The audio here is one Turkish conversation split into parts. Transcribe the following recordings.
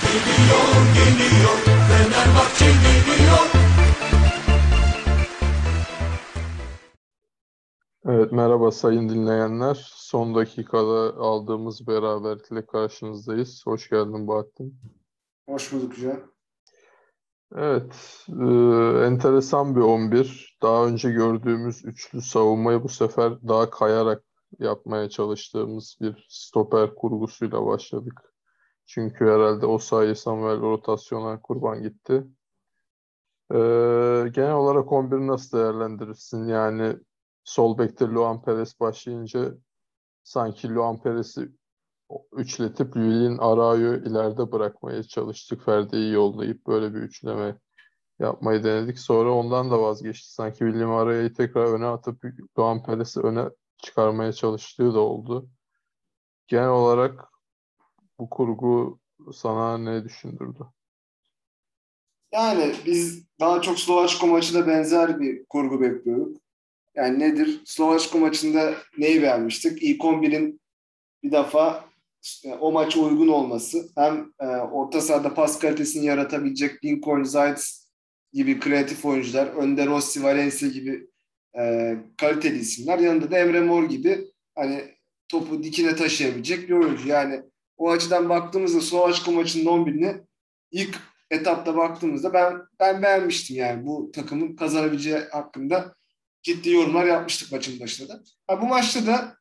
Geliyor, geliyor, Fenerbahçe geliyor. Evet, merhaba sayın dinleyenler. Son dakikada aldığımız beraberlikle karşınızdayız. Hoş geldin Bahattin. Hoş bulduk hocam. Evet, enteresan bir 11. Daha önce gördüğümüz üçlü savunmayı bu sefer daha kayarak yapmaya çalıştığımız bir stoper kurgusuyla başladık. Çünkü herhalde Osayi Samuel rotasyona kurban gitti. Genel olarak 11'i nasıl değerlendirirsin? Yani sol bekte Luan Perez başlayınca sanki Luan Perez'i üçletip Lülin Arao'yu ileride bırakmaya çalıştık. Ferdi'yi yollayıp böyle bir üçleme yapmayı denedik. Sonra ondan da vazgeçti. Sanki William Arao'yu tekrar öne atıp Luan Perez'i öne çıkarmaya çalıştığı da oldu. Genel olarak bu kurgu sana ne düşündürdü? Yani biz daha çok Slovaçko maçına benzer bir kurgu bekliyorduk. Yani nedir? Slovaçko maçında neyi beğenmiştik? İlk 11'in bir defa o maça uygun olması. Hem orta sahada pas kalitesini yaratabilecek Lincoln, Zayt gibi kreatif oyuncular, Önder Rossi, Valencia gibi kaliteli isimler. Yanında da Emre Mor gibi hani topu dikine taşıyabilecek bir oyuncu. Yani o açıdan baktığımızda Slovaçko maçının 11'ini ilk etapta baktığımızda ben beğenmiştim yani bu takımın kazanabileceği hakkında ciddi yorumlar yapmıştık maçın başında da. Bu maçta da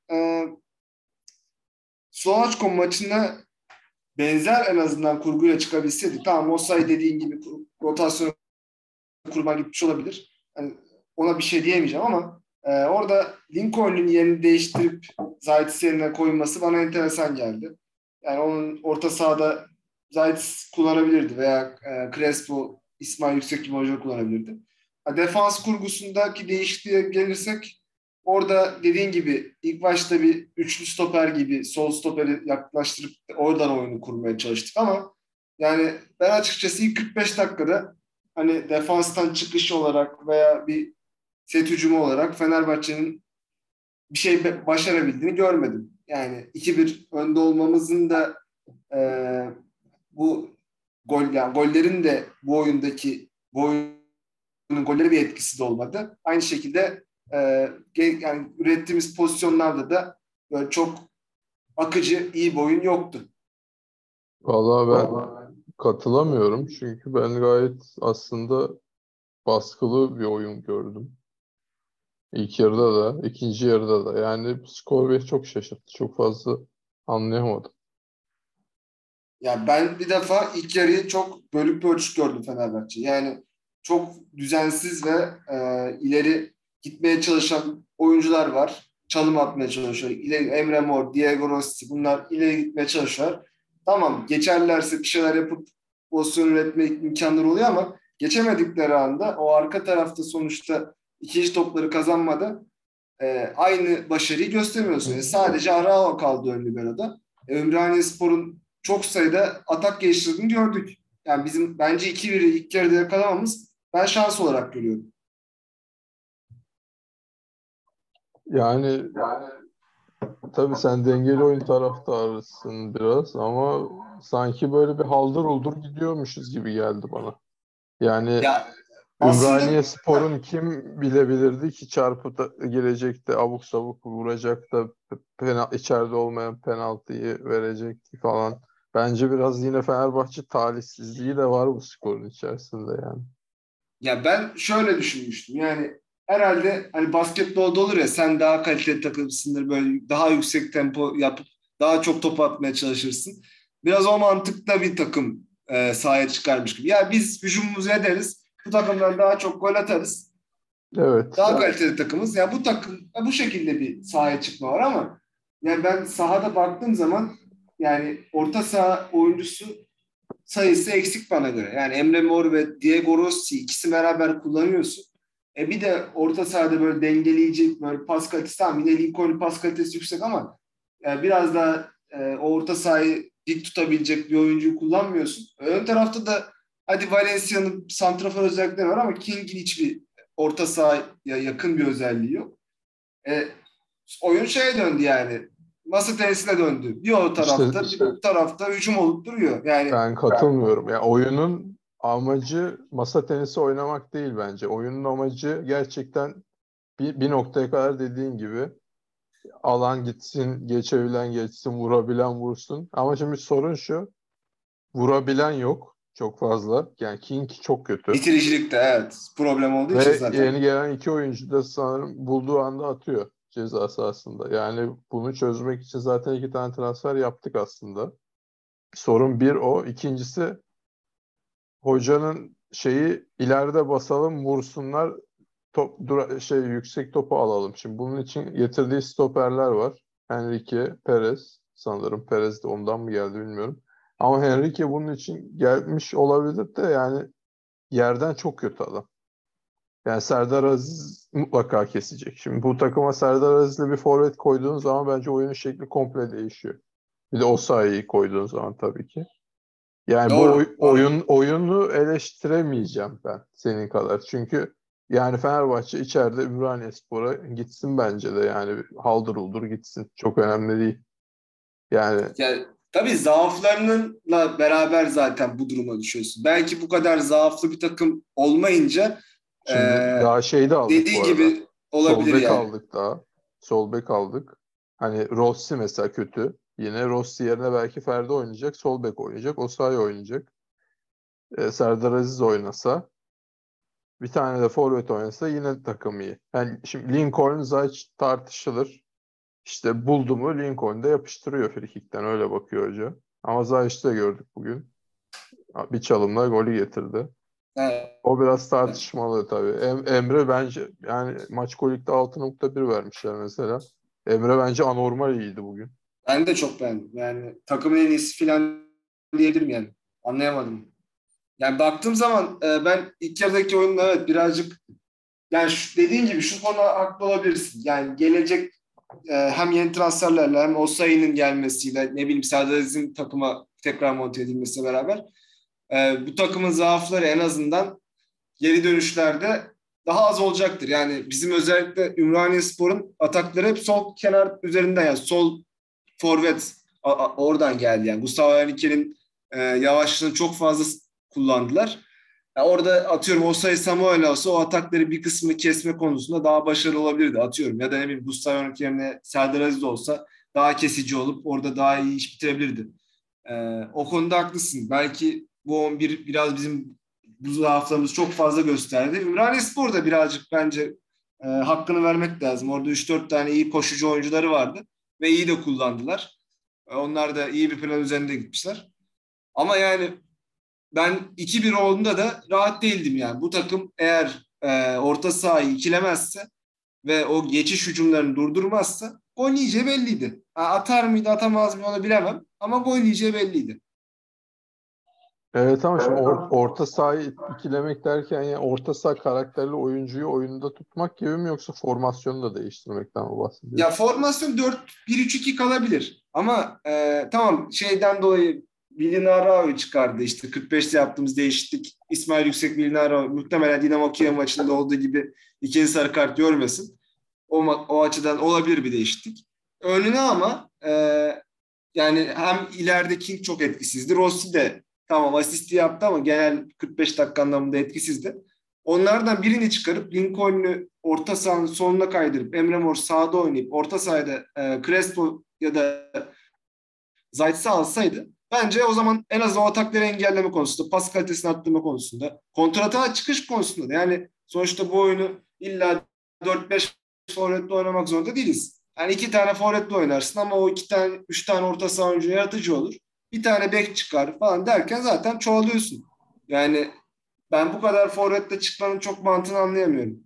Slovaçko maçına benzer en azından kurguyla çıkabilseydik. Tamam Osayi dediğin gibi rotasyon kurban gitmiş olabilir. Yani ona bir şey diyemeyeceğim ama orada Lincoln'un yerini değiştirip Zayt's yerine koyması bana enteresan geldi. Yani onun orta sahada Zayt kullanabilirdi veya Crespo, İsmail Yüksek gibi oyuncuları kullanabilirdi. Defans kurgusundaki değişikliğe gelirsek orada dediğin gibi ilk başta bir üçlü stoper gibi sol stoperi yaklaştırıp oradan oyunu kurmaya çalıştık ama yani ben açıkçası ilk 45 dakikada hani defanstan çıkış olarak veya bir set hücumu olarak Fenerbahçe'nin bir şey başarabildiğini görmedim. Yani 2-1 önde olmamızın da e, bu yani gollerin de bu oyundaki bu oyunun golleri bir etkisi de olmadı. Aynı şekilde yani ürettiğimiz pozisyonlarda da böyle çok akıcı, iyi bir oyun yoktu. Vallahi ben katılamıyorum. Çünkü ben gayet aslında baskılı bir oyun gördüm. İlk yarıda da, ikinci yarıda da. Yani skor beni çok şaşırttı. Çok fazla anlayamadım. Ya ben bir defa ilk yarıyı çok bölük pörçük gördüm Fenerbahçe. Yani çok düzensiz ve ileri gitmeye çalışan oyuncular var. Çalım atmaya çalışıyor. İleri, Emre Mor, Diego Rossi bunlar ileri gitmeye çalışıyorlar. Tamam geçerlerse bir şeyler yapıp pozisyon üretme imkanları oluyor ama geçemedikleri anda o arka tarafta sonuçta ikinci topları kazanmada aynı başarıyı göstermiyorsun. Sadece Arao kaldı ön libero'da. Ümraniyespor'un çok sayıda atak geliştirdiğini gördük. Yani bizim bence 2-1'i ilk yarıda yakalamamız ben şans olarak görüyorum. Yani tabii sen dengeli oyun taraftarısın biraz ama sanki böyle bir haldır uldur gidiyormuşuz gibi geldi bana. Yani Ya aslında Ümraniyespor'un kim bilebilirdi ki çarpı girecek de abuk sabuk vuracak da içeride olmayan penaltıyı verecek falan. Bence biraz yine Fenerbahçe talihsizliği de var bu skorun içerisinde yani. ya ben şöyle düşünmüştüm. Yani herhalde hani basketbolda olur ya sen daha kaliteli takımsındır böyle daha yüksek tempo yapıp daha çok top atmaya çalışırsın. Biraz o mantıkta bir takım sahaya çıkarmış gibi. Ya biz hücumumuzu ederiz. Bu takımdan daha çok gol atarız. Evet. Daha kaliteli takımız. Ya bu takım bu şekilde bir sahaya çıkma var ama yani ben sahada baktığım zaman yani orta saha oyuncusu sayısı eksik bana göre. Yani Emre Mor ve Diego Rossi ikisi beraber kullanıyorsun. Bir de orta sahada böyle dengeleyici böyle pas kalitesi tamam yine Lincoln pas kalitesi yüksek ama biraz daha o orta sahayı dik tutabilecek bir oyuncuyu kullanmıyorsun. Ön tarafta da hadi Valencia'nın santrafor özellikleri var ama King'in hiçbir orta sahaya yakın bir özelliği yok. E, Oyun şeye döndü yani. masa tenisine döndü. Bir o tarafta, İşte bir bu tarafta hücum olup duruyor. Yani ben katılmıyorum. Ya oyunun amacı masa tenisi oynamak değil bence. Oyunun amacı gerçekten bir noktaya kadar dediğin gibi alan gitsin, geçebilen geçsin, vurabilen vursun. Ama şimdi sorun şu, vurabilen yok çok fazla. Yani King çok kötü. bitiricilikte evet problem olduğu için Ve zaten. yeni gelen iki oyuncu da sanırım bulduğu anda atıyor ceza sahasında. Yani bunu çözmek için zaten iki tane transfer yaptık aslında. Sorun bir o. İkincisi hocanın şeyi ileride basalım vursunlar yüksek topu alalım. Şimdi bunun için getirdiği stoperler var. Henrique, Perez. Sanırım Perez de ondan mı geldi bilmiyorum. Ama Henrique bunun için gelmiş olabilir de yani yerden çok kötü adam. Yani Serdar Aziz mutlaka kesecek. Şimdi bu takıma Serdar Aziz'le bir forvet koyduğun zaman bence oyunun şekli komple değişiyor. Bir de Osayi'yi koyduğun zaman tabii ki. Yani bu Doğru. Doğru. oyunu eleştiremeyeceğim ben senin kadar. Çünkü yani Fenerbahçe içeride Ümraniyespor'a gitsin bence de yani haldır uldur gitsin. Çok önemli değil. Yani Yani tabii zaaflarınınla beraber zaten bu duruma düşüyorsun. Belki bu kadar zaaflı bir takım olmayınca şimdi daha şey de aldık bu dediğin arada. gibi Sol olabilir bek yani. aldık daha. Sol bek aldık. Hani Rossi mesela kötü. Yine Rossi yerine belki Ferdi oynayacak. Sol bek oynayacak. Osayi oynayacak. Serdar Aziz oynasa bir tane de forvet oynasa yine takım iyi. Yani şimdi Lincoln Zayt tartışılır. İşte buldu mu Lincoln de yapıştırıyor frikikten öyle bakıyor hoca. Ama Zayt'ı da gördük bugün. Bir çalımla golü getirdi. Evet. O biraz tartışmalı tabii. Emre bence yani maç golikte 6.1 vermişler mesela. Emre bence anormal iyiydi bugün. Ben de çok beğendim. Yani takımın en iyisi falan diyebilirim yani. Anlayamadım. Yani baktığım zaman ben ilk yarıdaki oyunda evet birazcık yani dediğin gibi şu konuda haklı olabilirsin. Yani gelecek hem yeni transferlerle hem Osayi'nin gelmesiyle ne bileyim Serdar Aziz'in takıma tekrar monte edilmesiyle beraber bu takımın zaafları en azından geri dönüşlerde daha az olacaktır. Yani bizim özellikle Ümraniyespor'un atakları hep sol kenar üzerinden yani sol forvet oradan geldi. Yani Gustavo Henrique'nin yavaşlığını çok fazla kullandılar. Yani orada atıyorum Osayi Samuel olsa o atakları bir kısmını kesme konusunda daha başarılı olabilirdi atıyorum. Ya da ne bileyim Gustavo Henrique yerine Serdar Aziz olsa daha kesici olup orada daha iyi iş bitirebilirdi. O konuda haklısın. Belki bu 11 biraz bizim bu zaaflarımızı çok fazla gösterdi. Ümraniyespor da birazcık bence hakkını vermek lazım. Orada 3-4 tane iyi koşucu oyuncuları vardı ve iyi de kullandılar. Onlar da iyi bir plan üzerinde gitmişler. Ama yani ben 2-1 olduğunda da rahat değildim yani. Bu takım eğer orta sahayı ikilemezse ve o geçiş hücumlarını durdurmazsa gol yiyeceği belliydi. Atar mıydı atamaz mıydı onu bilemem ama gol yiyeceği belliydi. Evet ama şimdi orta sahayı ikilemek derken yani orta saha karakterli oyuncuyu oyunda tutmak gibi mi yoksa formasyonu da değiştirmekten mi Ya bahsediyorsun? formasyon 4-1-3-2 kalabilir. Ama tamam şeyden dolayı Villarreal'ı çıkardı. İşte 45'te yaptığımız değişiklik. İsmail Yüksek Villarreal muhtemelen Dinamo Kiev maçında olduğu gibi ikinci sarı kart görmesin. O açıdan olabilir bir değişiklik. Önüne ama yani hem ileride King çok etkisizdi. Rossi de tamam asisti yaptı ama genel 45 dakika anlamında etkisizdi. Onlardan birini çıkarıp Lincoln'u orta sahanın soluna kaydırıp Emre Mor sağda oynayıp orta sahada Crespo ya da Zayt'sı alsaydı bence o zaman en azından o atakları engelleme konusunda, pas kalitesini arttırma konusunda, kontratağa çıkış konusunda da yani sonuçta bu oyunu illa 4-5 forvetle oynamak zorunda değiliz. Yani iki tane forvetle oynarsın ama o iki tane, üç tane orta saha oyuncu yaratıcı olur. Bir tane bek çıkar falan derken zaten çoğalıyorsun. Yani ben bu kadar forvetle çıkmanın çok mantığını anlayamıyorum.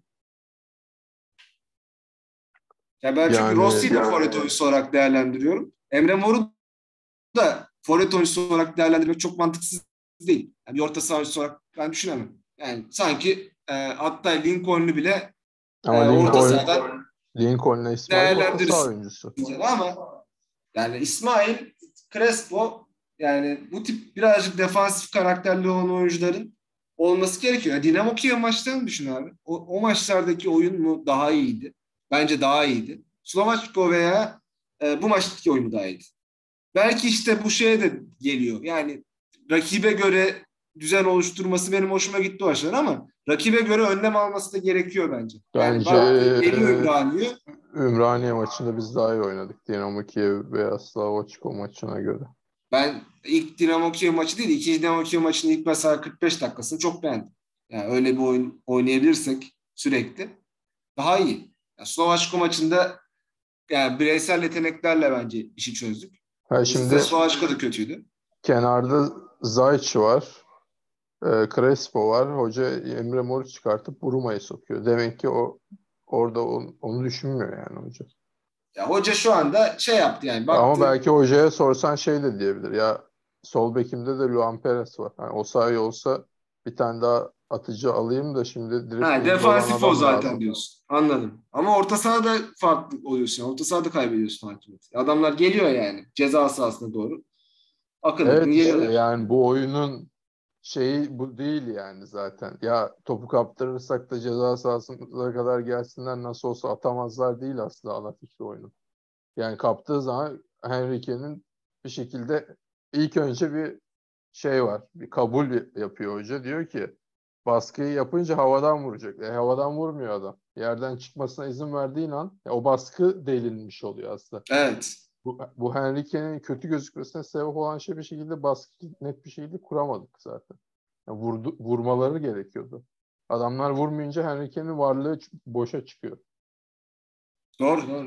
Ya ben çünkü Yani Rossi'yi de forvet oyuncusu olarak değerlendiriyorum. Emre Mor'u da forvet oyuncusu olarak değerlendirmek çok mantıksız değil. Yani bir orta saha oyuncusu olarak ben düşünemem. Yani sanki hatta Lincoln'u bile ama orta sahadan Lincoln'la İsmail orta saha değerlendirirsin. oyuncusu. Ama yani İsmail, Crespo yani bu tip birazcık defansif karakterli olan oyuncuların olması gerekiyor. Yani Dinamo Kiev maçlarını düşün abi. O maçlardaki oyun mu daha iyiydi? Bence daha iyiydi. Slovaçko veya bu maçtaki oyunu daha iyiydi. Belki işte bu şeye de geliyor. Yani rakibe göre düzen oluşturması benim hoşuma gitti o aşılar ama rakibe göre önlem alması da gerekiyor bence. Yani Bence baktı geliyor Ümraniye. Ümraniye maçında biz daha iyi oynadık. Dinamo Kiev veya Slavoçko maçına göre. Ben ilk Dinamo Kiev maçı değil, ikinci Dinamo Kiev maçının ilk mesela 45 dakikasını çok beğendim. Yani öyle bir oyun oynayabilirsek sürekli daha iyi. Yani Slovaçko maçında yani bireysel yeteneklerle bence işi çözdük. Şimdi Slovaçko da kötüydü. kenarda Zayç var. Crespo var. Hoca Emre Mor'u çıkartıp Buruma'yı sokuyor. Demek ki orada onu düşünmüyor yani hoca. Ya hoca şu anda şey yaptı yani Ama baktı. belki hocaya sorsan şey de diyebilir. Ya sol bekimde de Luan Perez var. Yani o sahi olsa bir tane daha atıcı alayım da şimdi direkt Ha, elimde olan defansif o adam zaten lazım. diyorsun. Anladım. Ama orta sahada farklı oluyorsun. Orta sahada kaybediyorsun hakimiyeti. Adamlar geliyor yani ceza sahasına doğru. Akın akın Evet işte geliyorlar. yani bu oyunun şeyi bu değil yani zaten. Ya topu kaptırırsak da ceza sahasına kadar gelsinler nasıl olsa atamazlar değil aslında ana fikri oyunun. Yani kaptığı zaman Henrique'nin bir şekilde ilk önce bir şey var. Bir kabul yapıyor hoca. Diyor ki baskıyı yapınca havadan vuracak. Havadan vurmuyor adam. Yerden çıkmasına izin verdiğin an o baskı delinmiş oluyor aslında. Evet. Bu Henrique'nin kötü gözükmesine sebep olan şey bir şekilde baskı net bir şekilde kuramadık zaten. Yani vurmaları gerekiyordu. Adamlar vurmayınca Henrique'nin varlığı boşa çıkıyor. Doğru doğru.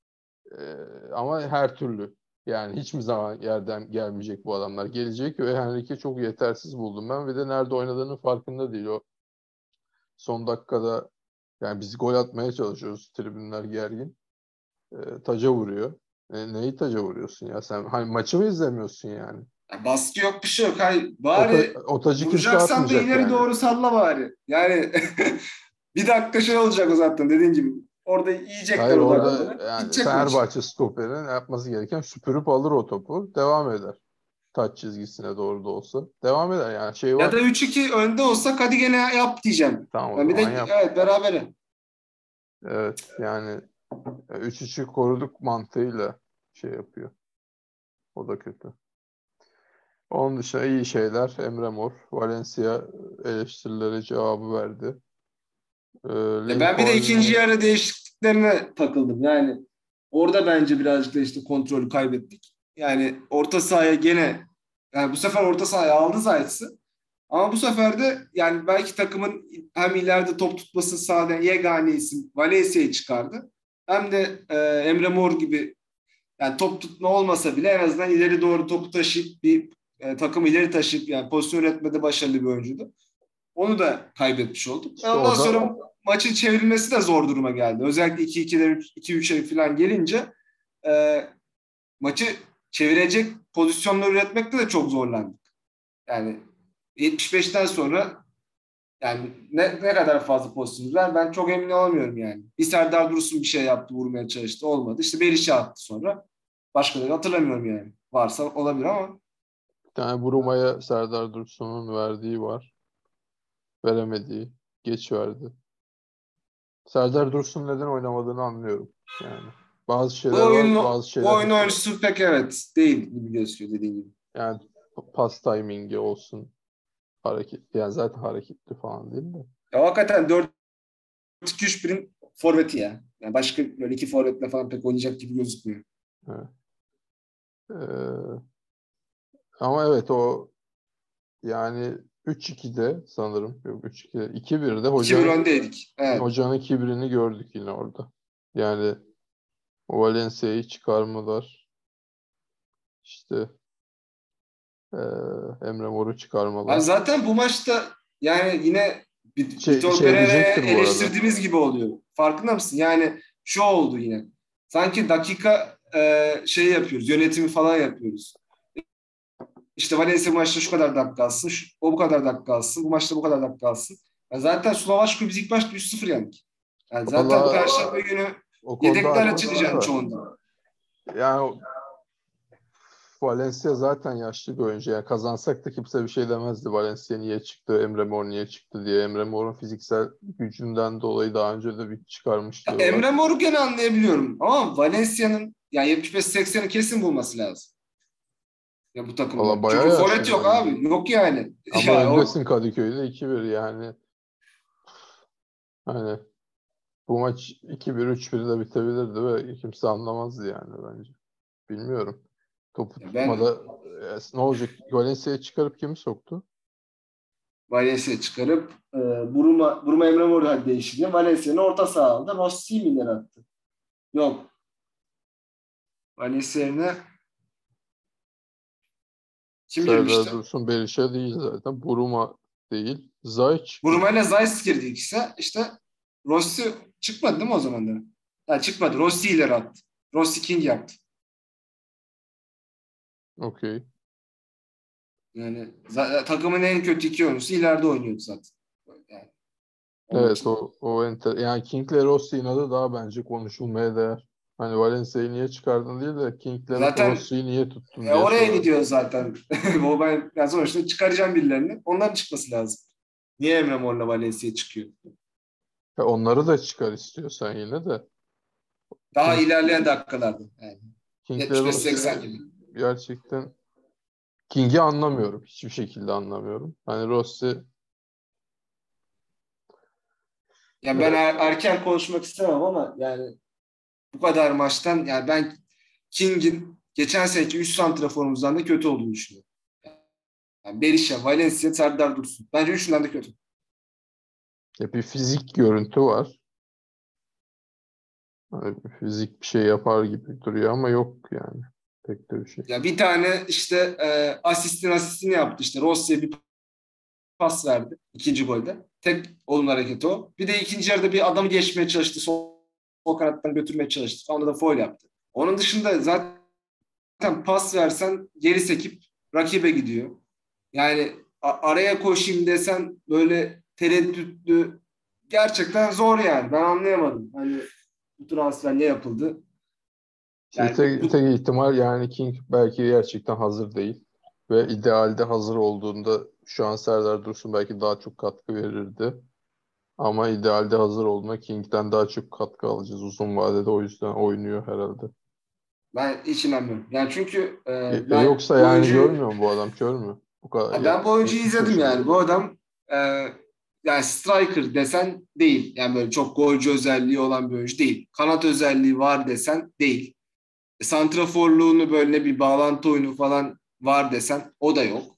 Ama her türlü. Yani hiçbir zaman yerden gelmeyecek bu adamlar. Gelecek ve Henrique çok yetersiz buldum ben. Ve de nerede oynadığının farkında değil. O son dakikada yani biz gol atmaya çalışıyoruz. Tribünler gergin. Taca vuruyor. Neyi taca vuruyorsun ya? Sen hani maçı mı izlemiyorsun yani? Ya baskı yok bir şey yok. Hayır, bari O tacı kimse vuracaksan da atmayacak ileri yani. doğru salla bari. Yani bir dakika şey olacak o zaten dediğin gibi. Orada Hayır yiyecekler o orada dakikaları. yani Gidecek maç. Fenerbahçe stoperinin yapması gereken süpürüp alır o topu. Devam eder. Taç çizgisine doğru da olsa. Devam eder yani şey Ya var. da 3-2 önde olsak hadi gene yap diyeceğim. Tamam o Ben bir de zaman yap. evet berabere. Evet yani 3-3'ü koruduk mantığıyla şey yapıyor. O da kötü. Onun dışında iyi şeyler. Emre Mor, Valencia eleştirilere cevabı verdi. Ya ben bir de ikinci Lincoln yarı değişikliklerine takıldım. Yani orada bence birazcık da işte kontrolü kaybettik. Yani orta sahaya gene yani bu sefer orta sahaya aldı Zayt'sı. Ama bu sefer de yani belki takımın hem ileride top tutmasını sağlayan yegane isim Valencia'yı çıkardı. Hem de Emre Mor gibi yani top tutma olmasa bile en azından ileri doğru topu taşıyıp bir takım ileri taşıyıp yani pozisyon üretmede başarılı bir oyuncuydu. Onu da kaybetmiş olduk. işte Ondan o da sonra maçın çevrilmesi de zor duruma geldi. Özellikle 2-2'den 2-3'e falan gelince e, maçı çevirecek pozisyonlar üretmekte de çok zorlandık. Yani 75'ten sonra yani ne kadar fazla pozisyonumuz var ben çok emin olamıyorum yani. Bir Serdar Dursun bir şey yaptı, vurmaya çalıştı. Olmadı. İşte Beriş'i attı sonra. Başkaları hatırlamıyorum yani. Varsa olabilir ama bir tane Buruma'ya Serdar Dursun'un verdiği var. Veremediği. Geç verdi. Serdar Dursun neden oynamadığını anlıyorum. Yani bazı şeyler var, bazı bu şeyler oyun hiç yok. oyuncusu pek evet değil gibi gözüküyor dediğin gibi. Yani pas timingi olsun, hareket yani zaten hareketli falan değil de. Ya hakikaten 4-2-3-1'in forveti ya. Yani başka böyle iki forvetle falan pek oynayacak gibi gözükmüyor. Evet. Ee, ama evet o yani 3-2'de sanırım yok 3-2'de 2-1'de 2-1 öndeydik. Evet. hocanın kibrini gördük yine orada. Yani o Valencia'yı çıkarmalar işte ee, Emre Mor'u Yani çıkarmalar. zaten bu maçta yani yine Vitor Şey Pereira'ya diyecektir bu arada. eleştirdiğimiz gibi oluyor. Farkında mısın? Yani şu oldu yine. Sanki dakika şey yapıyoruz. Yönetimi falan yapıyoruz. İşte Valencia maçta şu kadar dakika alsın. O bu kadar dakika alsın. Bu maçta bu kadar dakika alsın. Yani zaten Slovaçko biz ilk başta 3-0 yendik. Yani zaten Valla Perşembe günü o konuda yedekler açılacağını haklısın da çoğunda. yani Valencia zaten yaşlı bir oyuncu. Yani kazansak da kimse bir şey demezdi. Valencia niye çıktı, Emre Mor niye çıktı diye. Emre Mor'un fiziksel gücünden dolayı daha önce de bir Ya çıkarmışlığı var. Emre Mor'u gene anlayabiliyorum. Ama Valencia'nın yani 75-80'i kesin bulması lazım. Ya bu Valla takımda. bayağı Çünkü yaşlı forvet yok bence. abi. Yok yani. Ama Ya o öndesin Kadıköy'de 2-1 yani. Hani bu maç 2-1, 3-1 de bitebilirdi ve kimse anlamazdı yani bence. Bilmiyorum. Topu ya ben tutmada ne olacak? Valencia'ya çıkarıp kimi soktu? Valencia çıkarıp Buruma Emre Mor'u değiştirdi. Valencia'nın orta saha aldı. Rossi mi ileri attı? Yok. Valencia yerine kim Serdar girmişti? Dursun Berisha değil zaten. Buruma değil. Zayç Buruma ile girdi. Zeiss girdi ikisi. İşte Rossi çıkmadı değil mi o zaman da? Ha, çıkmadı. Rossi ileri attı. Rossi King yaptı. Okey. Yani takımın en kötü iki oyuncusu ileride oynuyordu zaten. Yani o Evet maçın. o yani King'le Rossi'nin adı daha bence konuşulmaya değer. Hani Valencia'yı niye çıkardın değil de King'le Zaten Rossi'yi niye tuttun diye oraya sorarım. gidiyor zaten. O ben yani sonuçta çıkaracağım birilerini. Onların çıkması lazım. Niye Emre Mor'la Valencia çıkıyor? Onları da çıkar istiyorsan yine de. Daha King, ilerleyen dakikalarda. Yani King'le 75-80 Rossi gibi. gerçekten King'i anlamıyorum. Hiçbir şekilde anlamıyorum. Hani Rossi Yani ben evet, erken konuşmak istemem ama yani bu kadar maçtan yani ben King'in geçen seneki 3 santraforumuzdan da kötü olduğunu düşünüyorum. Yani Berisha, Valencia, Serdar Dursun. Bence üçünden de kötü. bir fizik görüntü var. Hani bir fizik bir şey yapar gibi duruyor ama yok yani. Pek de bir şey. Ya bir tane işte asistini yaptı işte. Rossi'ye bir pas verdi ikinci golde. Tek olumlu hareketi o. Bir de ikinci yarıda bir adamı geçmeye çalıştı. Sol kanattan götürmeye çalıştı. Onda da faul yaptı. Onun dışında zaten pas versen geri sekip rakibe gidiyor. Yani araya koşayım desen böyle tereddütlü gerçekten zor yani. Ben anlayamadım. Hani bu transfer ne yapıldı? İşte Yani tek ihtimal yani King belki gerçekten hazır değil. Ve idealde hazır olduğunda şu an Serdar Dursun belki daha çok katkı verirdi. Ama idealde hazır olduğunda King'den daha çok katkı alacağız uzun vadede. O yüzden oynuyor herhalde. ben hiç inanmıyorum. Yani çünkü ben Yoksa bu yani oyuncuyu görmüyor mu bu adam? Kör mü? Bu kadar ben bu oyuncuyu 70 izledim yaşında. yani. Bu adam e, yani striker desen değil. Yani böyle çok golcü özelliği olan bir oyuncu değil. Kanat özelliği var desen değil. Santraforluğunu böyle bir bağlantı oyunu falan var desen o da yok.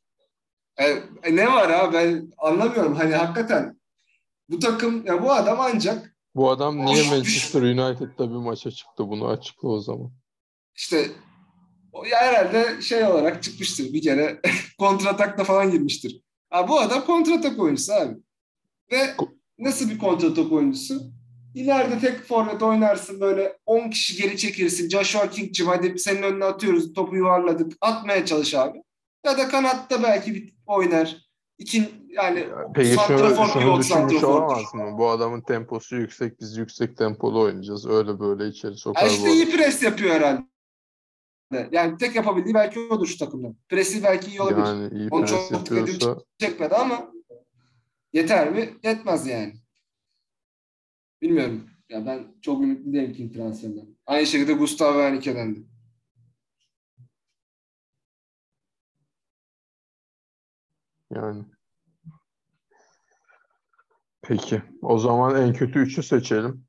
Ne var ha ben anlamıyorum. Hani hakikaten bu takım ya bu adam ancak Bu adam niye düş Manchester United'da bir maça çıktı? Bunu açıkla o zaman. işte o ya herhalde şey olarak çıkmıştır bir kere kontratakla falan girmiştir. Ha, bu adam kontratak oyuncusu abi. Ve nasıl bir kontratak oyuncusu? İleride tek forvet oynarsın böyle 10 kişi geri çekilirsin. Joshua King'cim hadi senin önüne atıyoruz topu yuvarladık. Atmaya çalış abi. Ya da kanatta belki bir oynar. Yani Peki santrafor şunu pivot düşünmüş santrafordur. olamaz mı? Bu adamın temposu yüksek, biz yüksek tempolu oynayacağız. Öyle böyle içeri Ha sokar bu işte adam. iyi pres yapıyor herhalde. Yani tek yapabildiği belki odur şu takımda. Presi belki iyi olabilir. Yani iyi Onu pres çok dikkatimi yapıyorsa çekmedi ama yeter mi? Yetmez yani. Bilmiyorum. Ya ben çok ümitli değilim King transferinden. Aynı şekilde Gustavo Henrique'den de. yani peki. O zaman en kötü üçü seçelim.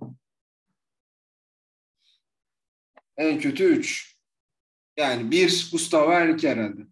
En kötü 3. Yani bir Gustavo Henrique herhalde.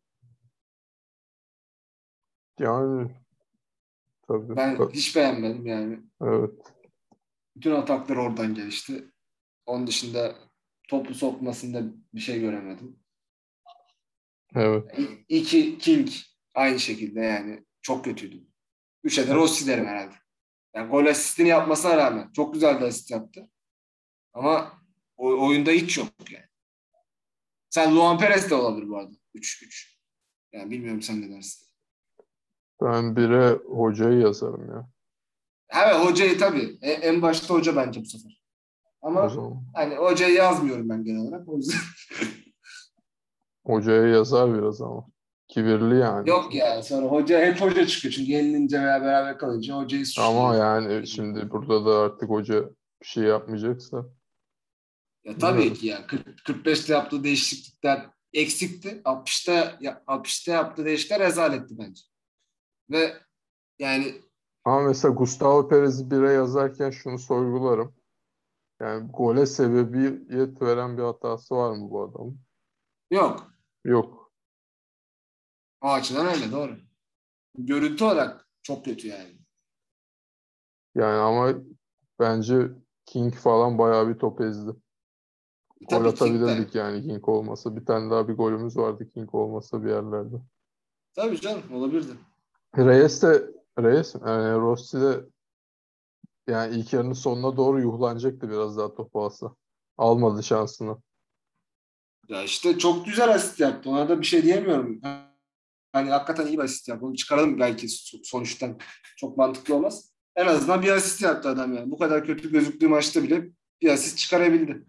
Yani tabii. Ben hiç beğenmedim yani. Evet. Bütün ataklar oradan gelişti. Onun dışında topu sokmasında bir şey göremedim. Evet. İki King aynı şekilde yani çok kötüydü. Üçe de Rossi derim herhalde. Yani gol asistini yapmasına rağmen çok güzel bir asist yaptı. Ama oyunda hiç yok yani. Sen Luan Perez de olabilir bu arada. 3-3. Yani bilmiyorum sen ne dersin. Ben bire hocayı yazarım ya. Evet hocayı tabii. En başta hoca bence bu sefer. O Ama zaman. hani hocayı yazmıyorum ben genel olarak. O yüzden Hocaya yazar biraz ama. Kibirli yani. Yok ya, sonra hep hoca çıkıyor. Çünkü yenilince veya beraber kalınca hocayı Ama suçluyor. yani şimdi burada da artık hoca bir şey yapmayacaksa Ya tabii bilmiyorum. ki ya 45'te yaptığı değişiklikler eksikti. 60'ta yaptığı değişiklikler rezaletti bence. Ve yani Ama mesela Gustavo Perez'i bire yazarken şunu sorgularım. Yani gole sebebiyet veren bir hatası var mı bu adamın? yok. Yok. O açıdan öyle, doğru. Görüntü olarak çok kötü yani. Yani ama bence King falan bayağı bir top ezdi. Gol Tabii King de. atabilirdik yani King olmasa. Bir tane daha bir golümüz vardı King olmasa bir yerlerde. Tabii canım, olabilirdi. Reyes yani Rossi de yani ilk yarının sonuna doğru yuhlanacaktı biraz daha topu alsa. Almadı şansını. Ya işte çok güzel asist yaptı. Ona da bir şey diyemiyorum. Hani hakikaten iyi bir asist yaptı. Onu çıkaralım belki sonuçtan. Çok mantıklı olmaz. En azından bir asist yaptı adam yani. Bu kadar kötü gözüktüğü maçta bile bir asist çıkarabildi.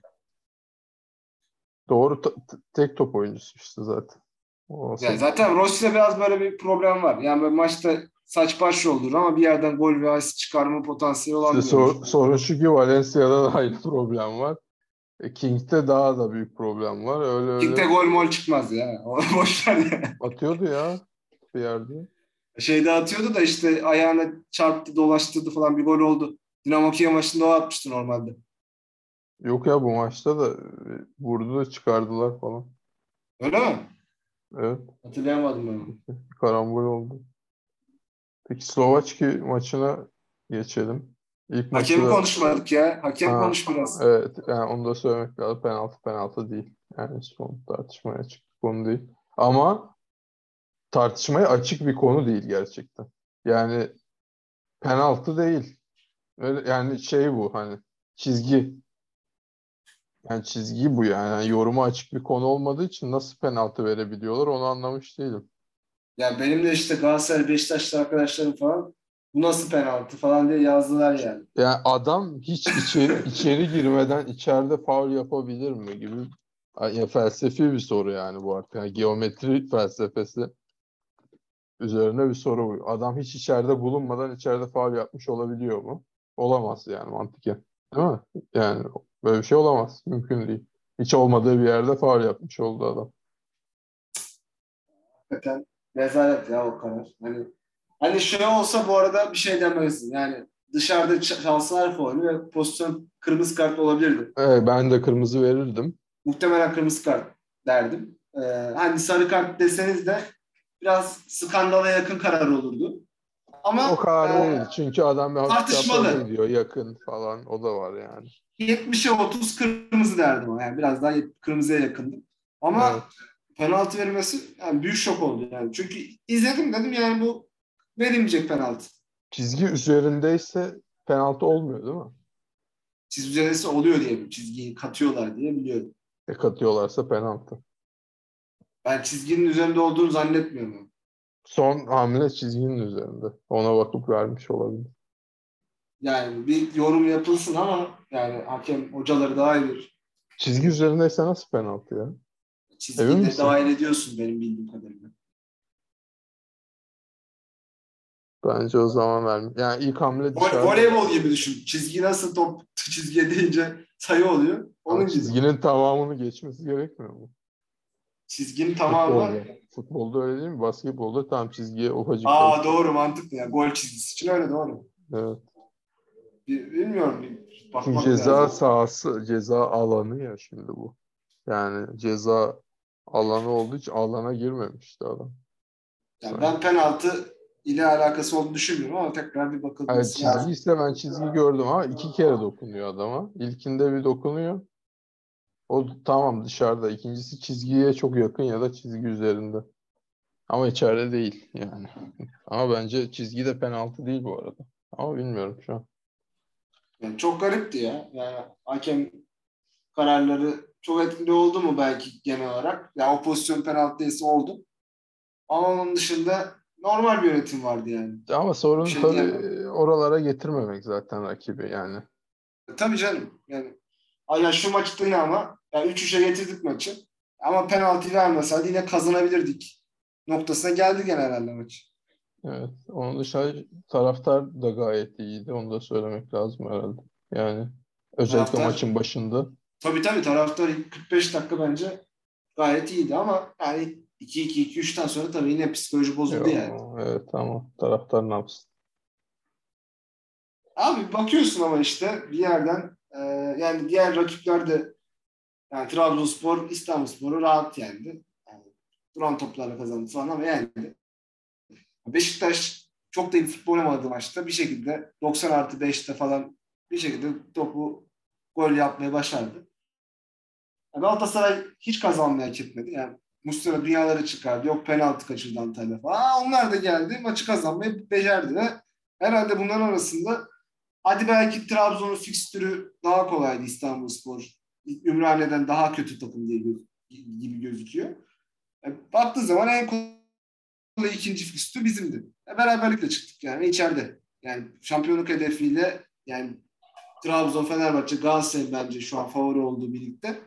Doğru tek top oyuncusu işte zaten. O Yani asıl. zaten Rossi'de biraz böyle bir problem var. Yani böyle maçta saç baş olur ama bir yerden gol ve asist çıkarma potansiyeli İşte olan bir oyuncu. sorun şu ki Valencia'da da aynı problem var. King'de daha da büyük problem var. Öyle King'de öyle gol mol çıkmaz ya. Boş ver ya. atıyordu ya bir yerde. Şeyde atıyordu da işte ayağına çarptı, dolaştırdı falan, bir gol oldu. Dinamo Kiev maçında o atmıştı normalde. Yok ya bu maçta da vurdu da çıkardılar falan. Öyle mi? Evet, Hatırlayamadım ben onu. karambol oldu. Peki Slovaçki maçına geçelim. İlk maçı Hakemi da konuşmadık ya. Hakem ha, konuş biraz. evet yani onu da söylemek lazım. Penaltı değil. Yani son tartışmaya açık bir konu değil. Ama tartışmaya açık bir konu değil gerçekten. Yani penaltı değil. Öyle, yani şey bu hani çizgi. Yani çizgi bu yani. Yani yoruma açık bir konu olmadığı için nasıl penaltı verebiliyorlar onu anlamış değilim. Ya benim de işte Galatasaray, Beşiktaşlı arkadaşlarım falan bu nasıl penaltı falan diye yazdılar yani. Yani adam hiç içeri girmeden içeride faul yapabilir mi gibi ya felsefi bir soru yani bu artık. Yani geometri felsefesi üzerine bir soru bu. Adam hiç içeride bulunmadan içeride faul yapmış olabiliyor mu? Olamaz yani mantıken. Değil mi? Yani böyle bir şey olamaz. Mümkün değil. Hiç olmadığı bir yerde faul yapmış oldu adam. Hakikaten rezalet ya o kadar. Hani şey olsa bu arada bir şey demezsin. Yani dışarıda çalsalar faulü ve pozisyon kırmızı kart olabilirdi. Evet, ben de kırmızı verirdim. Muhtemelen kırmızı kart derdim. Hani sarı kart deseniz de biraz skandala yakın karar olurdu. O Ama kadar değil. Çünkü adam bir hafif çapraza tartışmalı. gidiyor. Yakın falan. O da var yani. 70'e 30 kırmızı derdim. Yani biraz daha kırmızıya yakındım. Ama Evet. penaltı verilmesi yani büyük şok oldu yani. Çünkü izledim, dedim yani bu verilmeyecek penaltı. Çizgi üzerindeyse penaltı olmuyor değil mi? Çizgi üzerisi oluyor diye, çizgiyi katıyorlar diye biliyorum. Katıyorlarsa penaltı. Ben çizginin üzerinde olduğunu zannetmiyorum. Son hamle çizginin üzerinde. Ona bakıp vermiş olabilir. Yani bir yorum yapılsın ama yani hakem hocaları daha iyi bilir. Çizgi üzerindeyse nasıl penaltı ya? Emin Çizgiyi de misin? dahil ediyorsun benim bildiğim kadarıyla. Bence o zaman vermiş. Yani ilk hamle dışarıda Voleybol yani. gibi düşün. Çizgi nasıl, top çizgiye deyince sayı oluyor. Ama Onun gibi. çizginin tamamını geçmesi gerekmiyor mu? Çizginin tamamı. Futbolda. Futbolda öyle değil mi? Basketbolda tam çizgiye ufacık Aa, değsin. doğru, mantıklı ya. Gol çizgisi için öyle, doğru. Evet. Bilmiyorum. Bir Çünkü bakmak ceza lazım. sahası, ceza alanı ya şimdi bu. Yani ceza alanı olduğu için alana girmemişti adam Yani sanki. ben penaltı ile alakası olduğunu düşünmüyorum ama tekrar bir Yani bakılması çizgi lazım. ise ben çizgi gördüm ama iki kere dokunuyor adama. İlkinde bir dokunuyor. O tamam dışarıda. İkincisi çizgiye çok yakın ya da çizgi üzerinde. Ama içeride değil yani. Ama bence çizgi de penaltı değil bu arada. Ama bilmiyorum şu an. Yani çok garipti ya. Yani hakem kararları çok etkili oldu mu belki genel olarak? Ya o pozisyon penaltı değilse oldu. Ama onun dışında normal bir yönetim vardı yani. Ama Bir sorun şey diyemem. tabii oralara getirmemek zaten rakibi yani. Tabii canım. Yani şu maçta yine ama yani 3-3'e getirdik maçı. Ama penaltı vermeseydi yine kazanabilirdik noktasına geldi gene herhalde maç. Evet. Onun dışında taraftar da gayet iyiydi. Onu da söylemek lazım herhalde. Yani özellikle Taraftar maçın başında. tabii taraftar ilk 45 dakika bence gayet iyiydi ama yani 2-2-2-3'ten sonra tabii yine psikoloji bozuldu yani. Evet, ama taraftar ne yapsın? Abi bakıyorsun ama işte bir yerden yani diğer rakipler de yani Trabzonspor İstanbulspor'u rahat yendi. Yani duran toplarla kazandı falan ama yendi. Beşiktaş çok da iyi futbol oynamadı maçta. Bir şekilde 90+5'te falan bir şekilde topu gol yapmayı başardı. Yani Galatasaray hiç kazanmaya hak etmedi. Yani Muslera dünyaları çıkardı. Yok penaltı kaçırdı Antalya falan. Onlar da geldi. Maçı kazanmayı becerdi ve herhalde bunların arasında hadi belki Trabzon'un fikstürü daha kolaydı İstanbulspor. Ümraniye'den daha kötü takım diye gibi gözüküyor. Baktığı zaman en kolay ikinci fikstür bizimdi. Beraberlikle çıktık yani içeride. Yani şampiyonluk hedefiyle yani Trabzon, Fenerbahçe, Galatasaray bence şu an favori olduğu birlikte.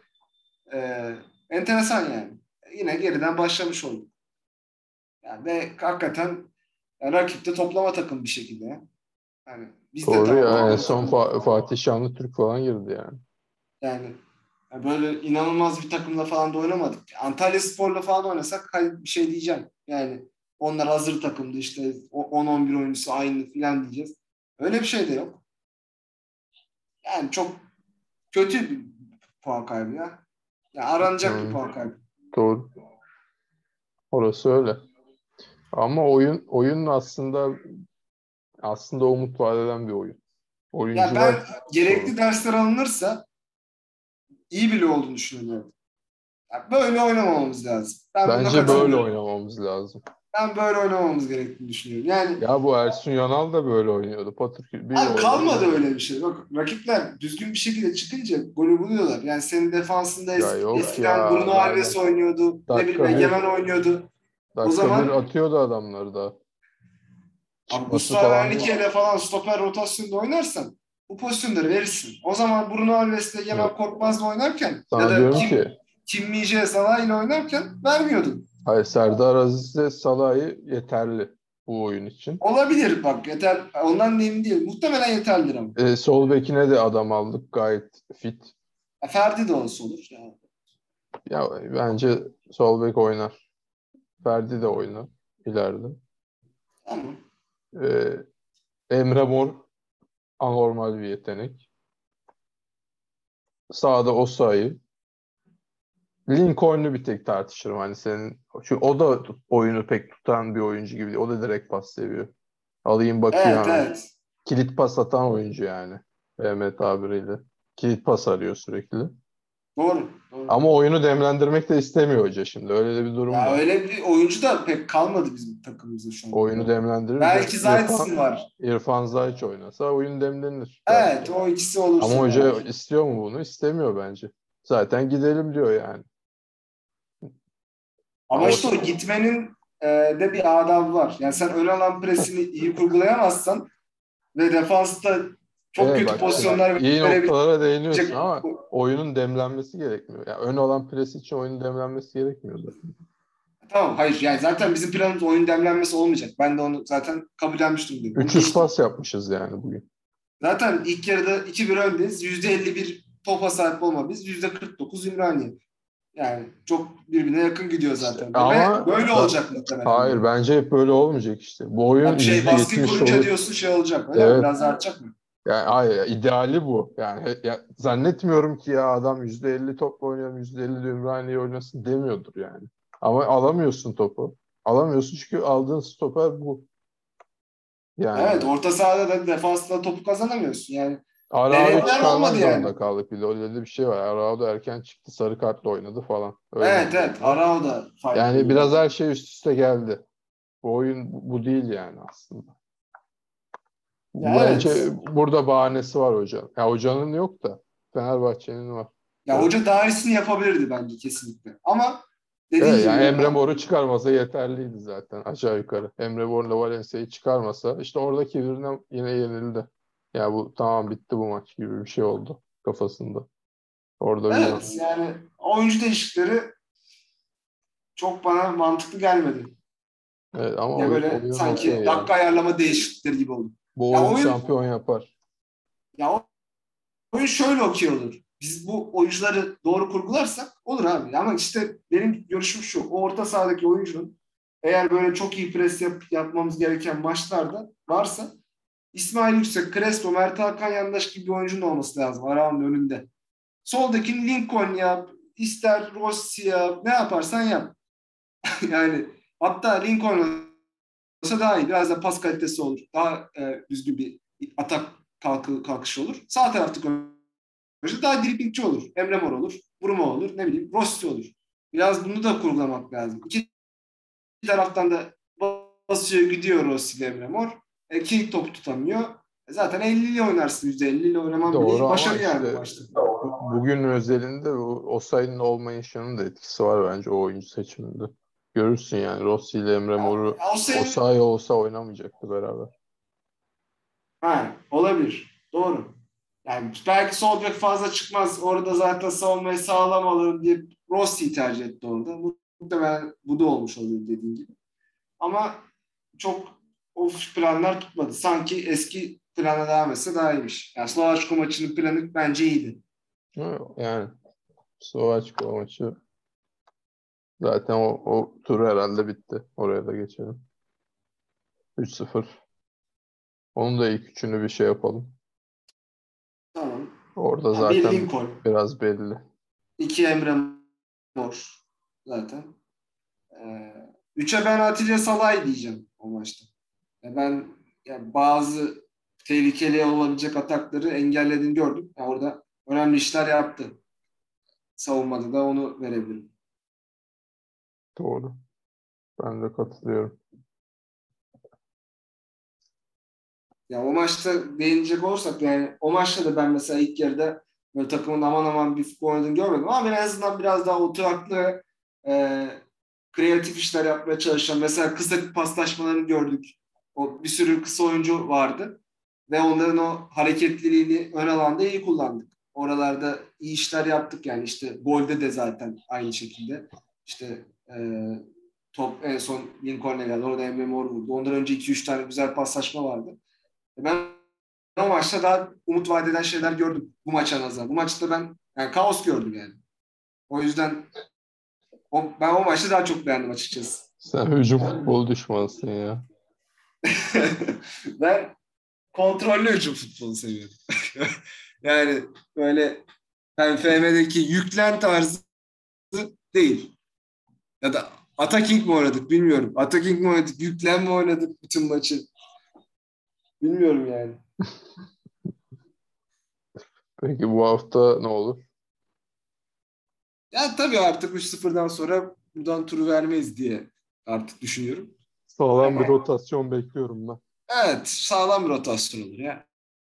Enteresan yani. Yine geriden başlamış olduk. Yani ve hakikaten yani rakip de toplama takım bir şekilde. Yani biz de Doğru tamam ya. En toplama son takım. Fatih Şanlıtürk falan girdi yani. Yani böyle inanılmaz bir takımla falan da oynamadık. Antalyaspor'la falan oynasak hayır bir şey diyeceğim. Yani onlar hazır takımdı işte 10-11 oyuncusu aynı falan diyeceğiz. Öyle bir şey de yok. Yani çok kötü bir puan kaybı ya. Ya aranacak bir Hmm, puan kaybı. doğru. Orası öyle. Ama oyun aslında umut vaat eden bir oyun. Ya ben Oyuncular gerekli sorun. dersler alınırsa iyi bile olduğunu düşünüyorum. Ya böyle oynamamamız lazım. Ben buna Bence böyle katılıyorum. oynamamız lazım. Ben böyle oynamamız gerektiğini düşünüyorum. Yani Ya bu Ersun Yanal da böyle oynuyordu. Patır bir abi oynadı kalmadı gol. öyle bir şey. Bak rakipler düzgün bir şekilde çıkınca golü buluyorlar. Yani senin defansında Ya yok eskiden ya, Bruno Alves nereden? oynuyordu. Ne bileyim Dakika Egemen bir oynuyordu. O dakika bir zaman atıyordu adamları da. abi Çıkması Gustavo falan Henrique değil. ile falan stoper rotasyonda oynarsan bu pozisyonları verirsin. O zaman Bruno Alves'le Egemen Yok. Korkmaz'la oynarken ya Sana da diyorum ki Kim Min-jae Salah ile oynarken vermiyordun. hayır, Serdar Aziz'le Salah'ı yeterli bu oyun için. Olabilir bak yeter. Ondan da emin değilim. Muhtemelen yeterlidir ama. Sol bekine de adam aldık, gayet fit. Ferdi de olsa olur. Yani. Ya bence sol bek oynar. Ferdi de oynar ileride. Tamam. E, Emre Mor anormal bir yetenek. Sağda Osayi. Lincoln'u bir tek tartışırım. Hani senin, çünkü o da oyunu pek tutan bir oyuncu gibi değil. O da direkt pas seviyor. Alayım bakıyor Evet hemen. evet. Kilit pas atan oyuncu yani. BM tabiriyle. Kilit pas arıyor sürekli. Doğru. Doğru. Ama oyunu demlendirmek de istemiyor hoca şimdi. Öyle de bir durum Ya var. öyle bir oyuncu da pek kalmadı bizim takımımızda şu an. Oyunu demlendirirken Belki Zayt'sin var. İrfan Zayç oynasa oyun demlenir Evet belki. o ikisi Ama olursa hoca belki. istiyor mu bunu? İstemiyor bence. Zaten gidelim diyor yani. Ha, Ama işte o gitmenin de bir adabı var. Yani sen ön alan presini iyi kurgulayamazsan ve defansta çok kötü bak şimdi pozisyonlar iyi noktalara değiniyorsun verebilecek. ama oyunun demlenmesi gerekmiyor. Yani ön alan pres için oyunun demlenmesi gerekmiyor zaten. Tamam hayır yani zaten bizim planımız oyun demlenmesi olmayacak. Ben de onu zaten kabullenmiş durumdayım. Onu 300 geçtim. pas yapmışız yani bugün. Zaten ilk yarıda 2-1 öndeyiz. %51 topa sahip olma biz. %49 Ümraniye. Yani çok birbirine yakın gidiyor İşte zaten. Ve ama böyle olacak muhtemelen de. hayır, bence hep böyle olmayacak işte. Bu oyun Yani şey baskı %70 kurunca olur. diyorsun şey olacak. Öyle mi? Evet. Biraz artacak mı? Yani hayır, ideali bu. Yani zannetmiyorum ki ya adam %50 topla oynuyor, %50 de Ümraniye oynasın demiyordur yani. Ama alamıyorsun topu. Alamıyorsun çünkü aldığın stoper bu. Evet Yani orta sahada da defansla topu kazanamıyorsun. Yani Arao'yu denediler çıkarmak olmadı yani. zorunda kaldık bir de. Öyle de bir şey var. Arao da erken çıktı, sarı kartla oynadı falan. Öyle Evet evet mevzular. Arao da Yani farklıydı biraz yani. her şey üst üste geldi. Bu oyun bu değil yani aslında. Ya evet. Bence burada bahanesi var hocanın. Ya hocanın yok da Fenerbahçe'nin var Ya biraz. hoca daha iyisini yapabilirdi bence kesinlikle. Ama dediğin Evet, gibi yani yani Emre Mor'u çıkarmasa yeterliydi zaten aşağı yukarı. Emre Mor'la Valencia'yı çıkarmasa işte oradaki birine yine yenildi. Ya bu tamam, bitti bu maç gibi bir şey oldu kafasında. Orada bir evet yani oyuncu değişikleri çok bana mantıklı gelmedi. Evet, ama Ya böyle oyun sanki okey yani. dakika ayarlama değişiklikleri gibi oldu. Bu Ya oyun oyun şampiyon yapar. ya oyun şöyle okey olur. Biz bu oyuncuları doğru kurgularsak olur abi. Ama işte benim görüşüm şu. O orta sahadaki oyuncunun eğer böyle çok iyi pres yapmamız gereken maçlarda varsa İsmail Yüksek, Crespo, Mert Hakan Yandaş gibi bir oyuncunun olması lazım Arao'nun önünde. Soldakini Lincoln yap, ister Rossi yap, ne yaparsan yap. Yani hatta Lincoln olsa daha iyi. Biraz da pas kalitesi olur. Daha düzgün bir atak kalkışı olur. Sağ taraftaki oyuncu daha driblingçi olur. Emre Mor olur. Buruma olur. Ne bileyim Rossi olur. Biraz bunu da kurgulamak lazım. İki taraftan da basıyor gidiyor Rossi ile Emre Mor. King topu tutamıyor. Zaten 50 ile oynarsın. %50 ile oynaman bile Doğru iyi. ama Başarı yani bu işte maçta. bugün özelinde Osayi'nin olmayışının da etkisi var bence o oyuncu seçiminde. Görürsün yani Rossi ile Emre Mor'u O senin Osayi olsa oynamayacaktı beraber. olabilir. Doğru. Yani belki sol bek fazla çıkmaz. Orada zaten savunmayı sağlam alır diye Rossi'yi tercih etti orada. Muhtemelen bu da olmuş oluyor dediğin gibi. Ama çok o planlar tutmadı. Sanki eski plana devam etse daha iyiymiş. Yani Slovaçko maçının planı bence iyiydi. Yani Slovaçka maçı zaten o tur herhalde bitti. Oraya da geçelim. 3-0. Onun da ilk üçünü bir şey yapalım. Tamam. Orada Yani bir zaten Lincoln, biraz belli. iki Emre Mor zaten. Üçe ben Atilla Salay diyeceğim o maçta. Ben yani bazı tehlikeli olabilecek atakları engellediğini gördüm. Yani orada önemli işler yaptı. Savunmada da onu verebilirim. Doğru. Ben de katılıyorum. Ya o maçta değinecek olursak yani o maçta da ben mesela ilk yarıda böyle takımın aman aman bir futbol oynadığını görmedim ama ben en azından biraz daha oturaklı e, kreatif işler yapmaya çalışan mesela kısa paslaşmalarını gördük. O bir sürü kısa oyuncu vardı ve onların o hareketliliğini ön alanda iyi kullandık. Oralarda iyi işler yaptık yani işte golde de zaten aynı şekilde işte top en son Lincoln'e geldi. Orada Emre Mor vurdu. Ondan önce 2-3 tane güzel paslaşma vardı. Ben o maçta daha umut vaat eden şeyler gördüm bu maça nazaran. Bu maçta ben yani kaos gördüm yani. O yüzden ben o maçı daha çok beğendim açıkçası. Sen hücum futbol düşmanısın ya. Ben kontrollü hücum futbolu seviyorum. Yani böyle yani FM'deki yüklen tarzı değil. Ya da attacking mi oynadık bilmiyorum. Attacking mi oynadık, yüklen mi oynadık bütün maçı? Bilmiyorum yani. Peki bu hafta ne olur? Ya tabii artık 3-0'dan sonra buradan turu vermeyiz diye artık düşünüyorum. Sağlam bir Ama rotasyon bekliyorum ben. evet sağlam bir rotasyon olur ya.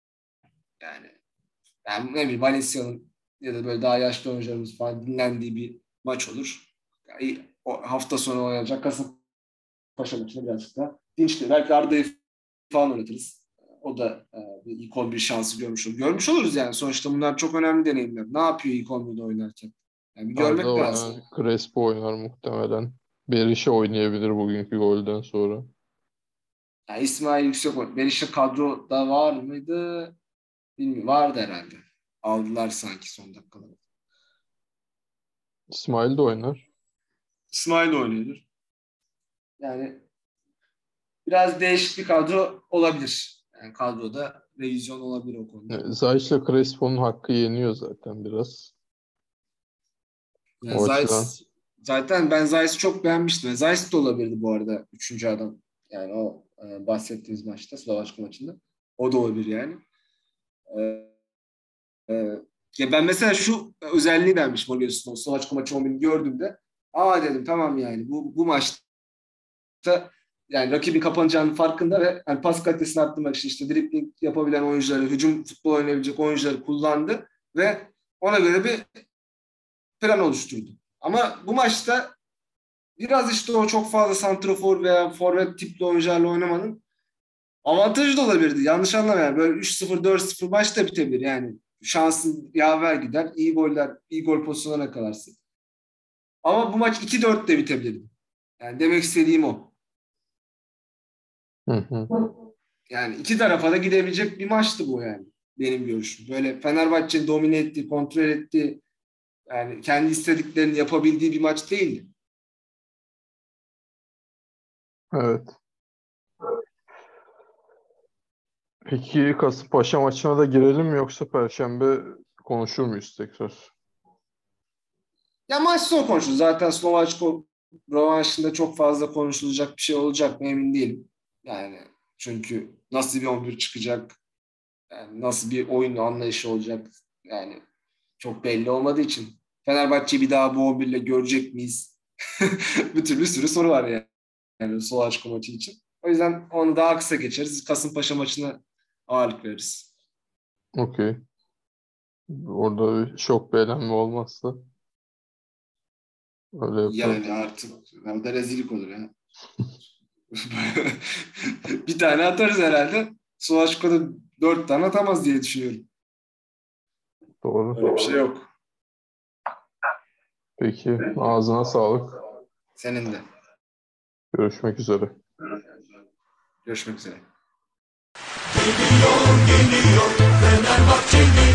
Yani ne bileyim Valencia'nın ya da böyle daha yaşlı oyuncularımız falan dinlendiği bir maç olur. Yani o hafta sonu oynanacak Kasımpaşa maçında birazcık daha dinçli. Belki Arda'yı falan oynatırız. O da bir ilk 11 şansı görmüş olur. Görmüş oluruz yani. Sonuçta bunlar çok önemli deneyimler. Ne yapıyor ilk 11'de oynarken? Yani bir Arda görmek lazım. oynar, Crespo oynar muhtemelen. Berisha oynayabilir bugünkü golden sonra. Yani İsmail Yüksek Berisha kadroda var mıydı? Bilmiyorum. Vardı herhalde. Aldılar sanki son dakikalarda. İsmail de oynar. İsmail de oynuyordur. Yani biraz değişik bir kadro olabilir. Yani kadroda revizyon olabilir o konuda. Zayt'la Crespo'nun hakkı yeniyor zaten biraz. Yani O açıdan. Zayt zaten ben Zayt'ı çok beğenmiştim. Zayt de olabilirdi bu arada üçüncü adam. Yani o bahsettiğimiz maçta Slovaçka maçında. O da olabilir yani. E, e, ya ben mesela şu özelliği beğenmişim Oliverstone Slovaçka maçı 11'ini gördüğümde. Aa dedim tamam yani bu maçta yani rakibin kapanacağının farkında ve yani pas kalitesini arttırmak için işte dribbling yapabilen oyuncuları, hücum futbol oynayabilecek oyuncuları kullandı ve ona göre bir plan oluşturdu. Ama bu maçta biraz işte o çok fazla santrafor veya forvet tipli oyuncularla oynamanın avantajı da olabilirdi. Yanlış anlama yani. Böyle 3-0, 4-0 maç da bitebilir yani. Şansın yaver gider. İyi goller, iyi gol pozisyonlarına kalarsın. Ama bu maç 2-4 de bitebilirdi. Yani demek istediğim o. Hı hı. Yani iki tarafa da gidebilecek bir maçtı bu yani. Benim görüşüm. Böyle Fenerbahçe domine etti, kontrol etti. Yani kendi istediklerini yapabildiği bir maç değildi. Evet. Peki Kasımpaşa maçına da girelim mi yoksa Perşembe konuşur muyuz tekrar? Ya maç son konuşulur. Zaten Slovaçko rövanşında çok fazla konuşulacak bir şey olacak mı emin değilim. Yani çünkü nasıl bir 11 çıkacak, yani nasıl bir oyun anlayışı olacak, yani çok belli olmadığı için. Fenerbahçe'yi bir daha bu 11'le görecek miyiz? Bir sürü soru var yani. Yani Slovaçko maçı için. O yüzden onu daha kısa geçeriz. Kasımpaşa maçına ağırlık veririz. Okey. Orada bir şok bir elenme olmazsa öyle yaparız. Yani artık o da rezillik olur ya. Bir tane atarız herhalde. Slovaçko'da 4 tane atamaz diye düşünüyorum. Doğru. Öyle bir şey yok. Peki ağzına sağlık. Senin de. Görüşmek üzere. Görüşmek üzere. Geliyor, geliyor, Fenerbahçe geliyor.